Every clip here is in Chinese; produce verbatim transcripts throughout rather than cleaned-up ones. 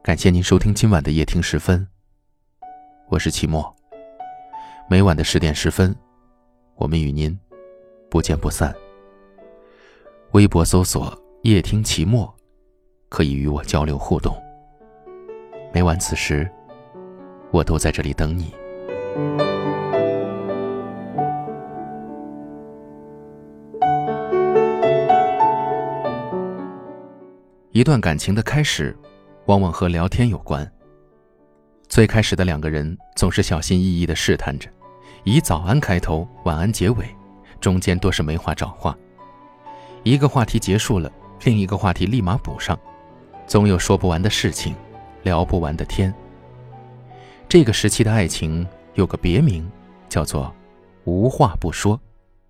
感谢您收听今晚的夜听十分，我是齐墨。每晚的十点十分，我们与您不见不散。微博搜索夜听齐墨，可以与我交流互动。每晚此时，我都在这里等你。一段感情的开始往往和聊天有关。最开始的两个人总是小心翼翼地试探着，以早安开头，晚安结尾，中间多是没话找话。一个话题结束了，另一个话题立马补上，总有说不完的事情，聊不完的天。这个时期的爱情有个别名，叫做无话不说。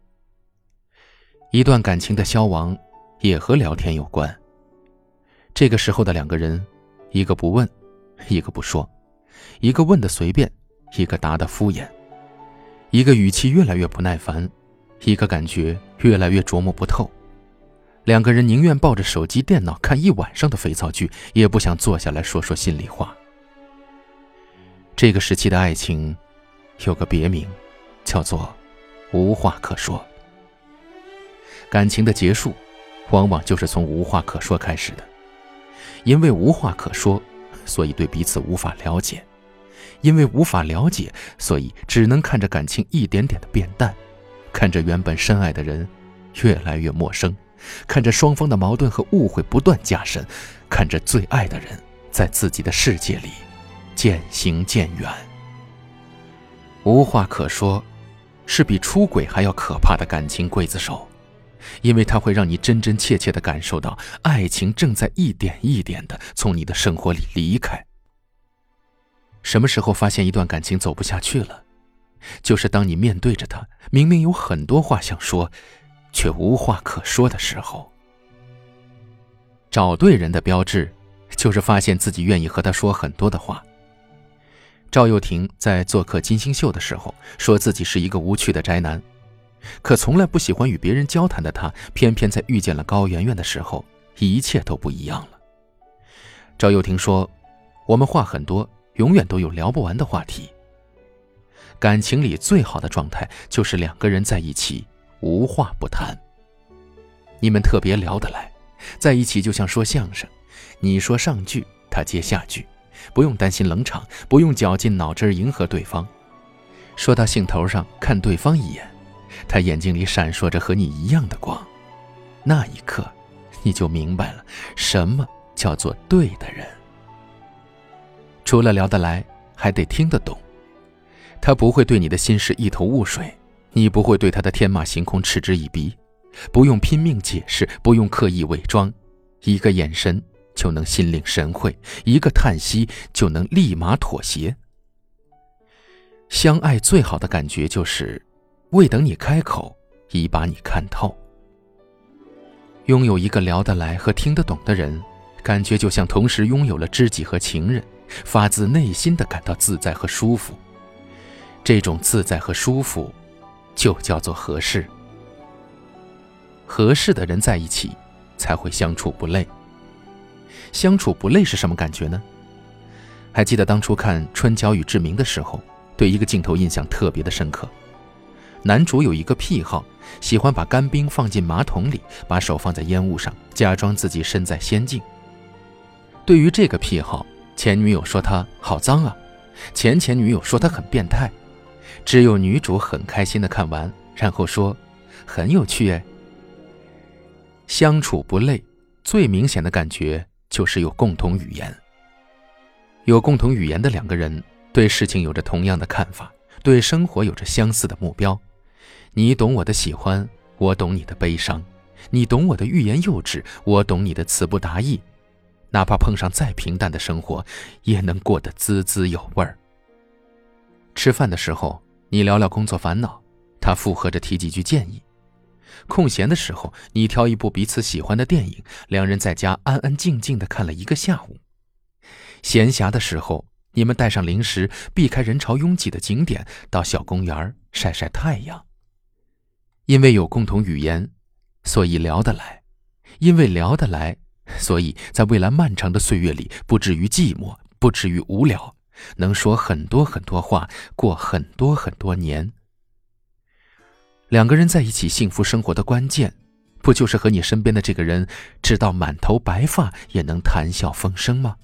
一段感情的消亡也和聊天有关。这个时候的两个人，一个不问，一个不说，一个问得随便，一个答得敷衍，一个语气越来越不耐烦，一个感觉越来越琢磨不透。两个人宁愿抱着手机电脑看一晚上的肥皂剧，也不想坐下来说说心里话。这个时期的爱情有个别名，叫做无话可说。感情的结束往往就是从无话可说开始的。因为无话可说，所以对彼此无法了解；因为无法了解，所以只能看着感情一点点的变淡，看着原本深爱的人越来越陌生，看着双方的矛盾和误会不断加深，看着最爱的人在自己的世界里渐行渐远。无话可说是比出轨还要可怕的感情刽子手，因为它会让你真真切切地感受到爱情正在一点一点地从你的生活里离开。什么时候发现一段感情走不下去了？就是当你面对着他，明明有很多话想说，却无话可说的时候。找对人的标志，就是发现自己愿意和他说很多的话。赵又廷在做客金星秀的时候，说自己是一个无趣的宅男，可从来不喜欢与别人交谈的他，偏偏在遇见了高圆圆的时候，一切都不一样了。赵又廷说，我们话很多，永远都有聊不完的话题。感情里最好的状态，就是两个人在一起无话不谈。你们特别聊得来，在一起就像说相声，你说上句，他接下句，不用担心冷场，不用绞尽脑汁迎合对方。说到兴头上，看对方一眼，他眼睛里闪烁着和你一样的光，那一刻你就明白了什么叫做对的人。除了聊得来，还得听得懂。他不会对你的心事一头雾水，你不会对他的天马行空嗤之以鼻，不用拼命解释，不用刻意伪装，一个眼神就能心领神会，一个叹息就能立马妥协。相爱最好的感觉就是未等你开口，已把你看透。拥有一个聊得来和听得懂的人，感觉就像同时拥有了知己和情人，发自内心地感到自在和舒服。这种自在和舒服，就叫做合适。合适的人在一起，才会相处不累。相处不累是什么感觉呢？还记得当初看《春娇与志明》的时候，对一个镜头印象特别的深刻。男主有一个癖好，喜欢把干冰放进马桶里，把手放在烟雾上，假装自己身在仙境。对于这个癖好，前女友说他好脏啊，前前女友说他很变态，只有女主很开心地看完，然后说很有趣耶。相处不累，最明显的感觉就是有共同语言。有共同语言的两个人，对事情有着同样的看法，对生活有着相似的目标。你懂我的喜欢，我懂你的悲伤，你懂我的欲言又止，我懂你的词不达意。哪怕碰上再平淡的生活，也能过得滋滋有味儿。吃饭的时候，你聊聊工作烦恼，他附和着提几句建议。空闲的时候，你挑一部彼此喜欢的电影，两人在家安安静静地看了一个下午。闲暇的时候，你们带上零食，避开人潮拥挤的景点，到小公园晒晒太阳。因为有共同语言，所以聊得来；因为聊得来， 所以在未来漫长的岁月里，不至于寂寞，不至于无聊，能说很多很多话，过很多很多年。两个人在一起幸福生活的关键，不就是和你身边的这个人直到满头白发也能谈笑风生吗？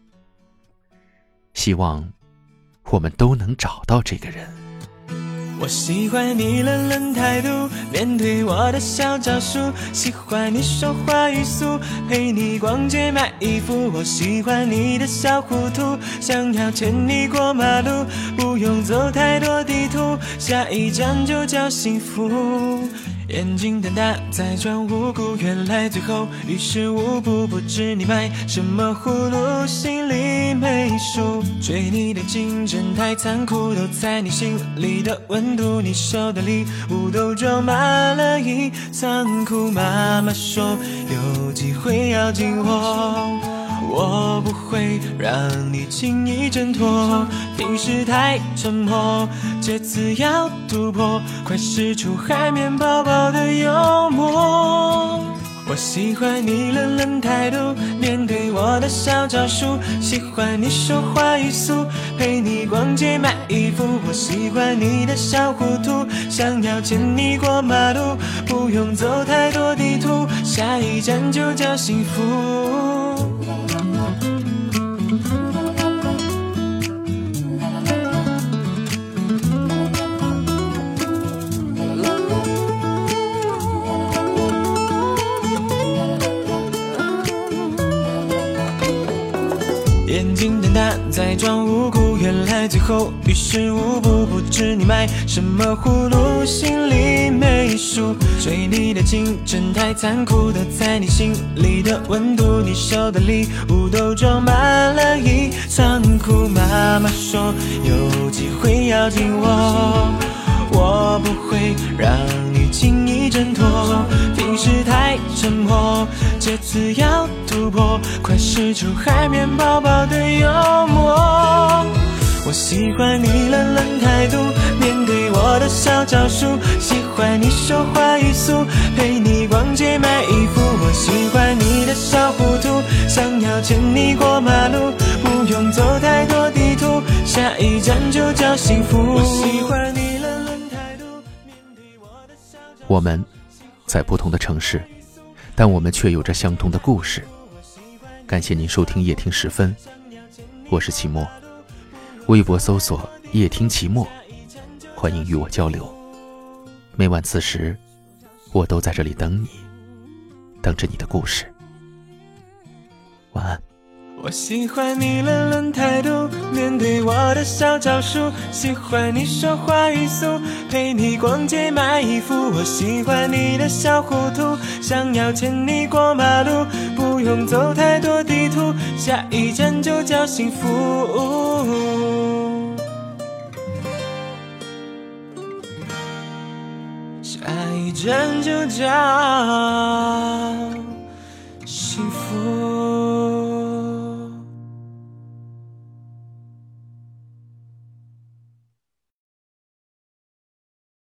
希望我们都能找到这个人。 我喜欢你冷冷态度，面对我的小招数，喜欢你说话语速，陪你逛街买衣服。我喜欢你的小糊涂，想要牵你过马路，不用走太多地图，下一站就叫幸福。眼睛瞪大在装无辜，原来最后于事无补，不知你买什么葫芦，心里没数。追你的竞争太残酷，都在你心里的温度，你收的礼物都装满了一仓库。妈妈说有机会要紧握，我不会让你轻易挣脱，平时太沉默，这次要突破，快使出海绵宝宝的幽默。我喜欢你冷冷态度，面对我的小招数，喜欢你说话语速，陪你逛街买衣服。我喜欢你的小糊涂，想要牵你过马路，不用走太多地图，下一站就叫幸福。眼睛瞪大在装无辜，原来最后于事无补，不知你买什么葫芦，心里没数。追你的竞争太残酷，都在你心里的温度，你收的礼物都装满了一仓库。妈妈说有机会要紧握，我不会让你轻易挣脱，平时太沉默，这次要突破，快使出海绵宝宝的幽默。我喜欢你冷冷态度，面对我的小招数，喜欢你说话语速，陪你逛街买衣服。我喜欢你的小糊涂，想要牵你过马路，不用走太多地图，下一站就叫幸福。我喜欢你冷冷态度，面对我的小招数。 我们在不同的城市，但我们却有着相同的故事。感谢您收听夜听十分，我是齐墨，微博搜索夜听齐墨，欢迎与我交流。每晚此时，我都在这里等你，等着你的故事。晚安。 我喜欢你冷冷态度，面对我的小招数，喜欢你说话语速，陪你逛街买衣服。我喜欢你的小糊涂，想要牵你过马路，不用走太多地图，下一站就叫幸福。下一站就叫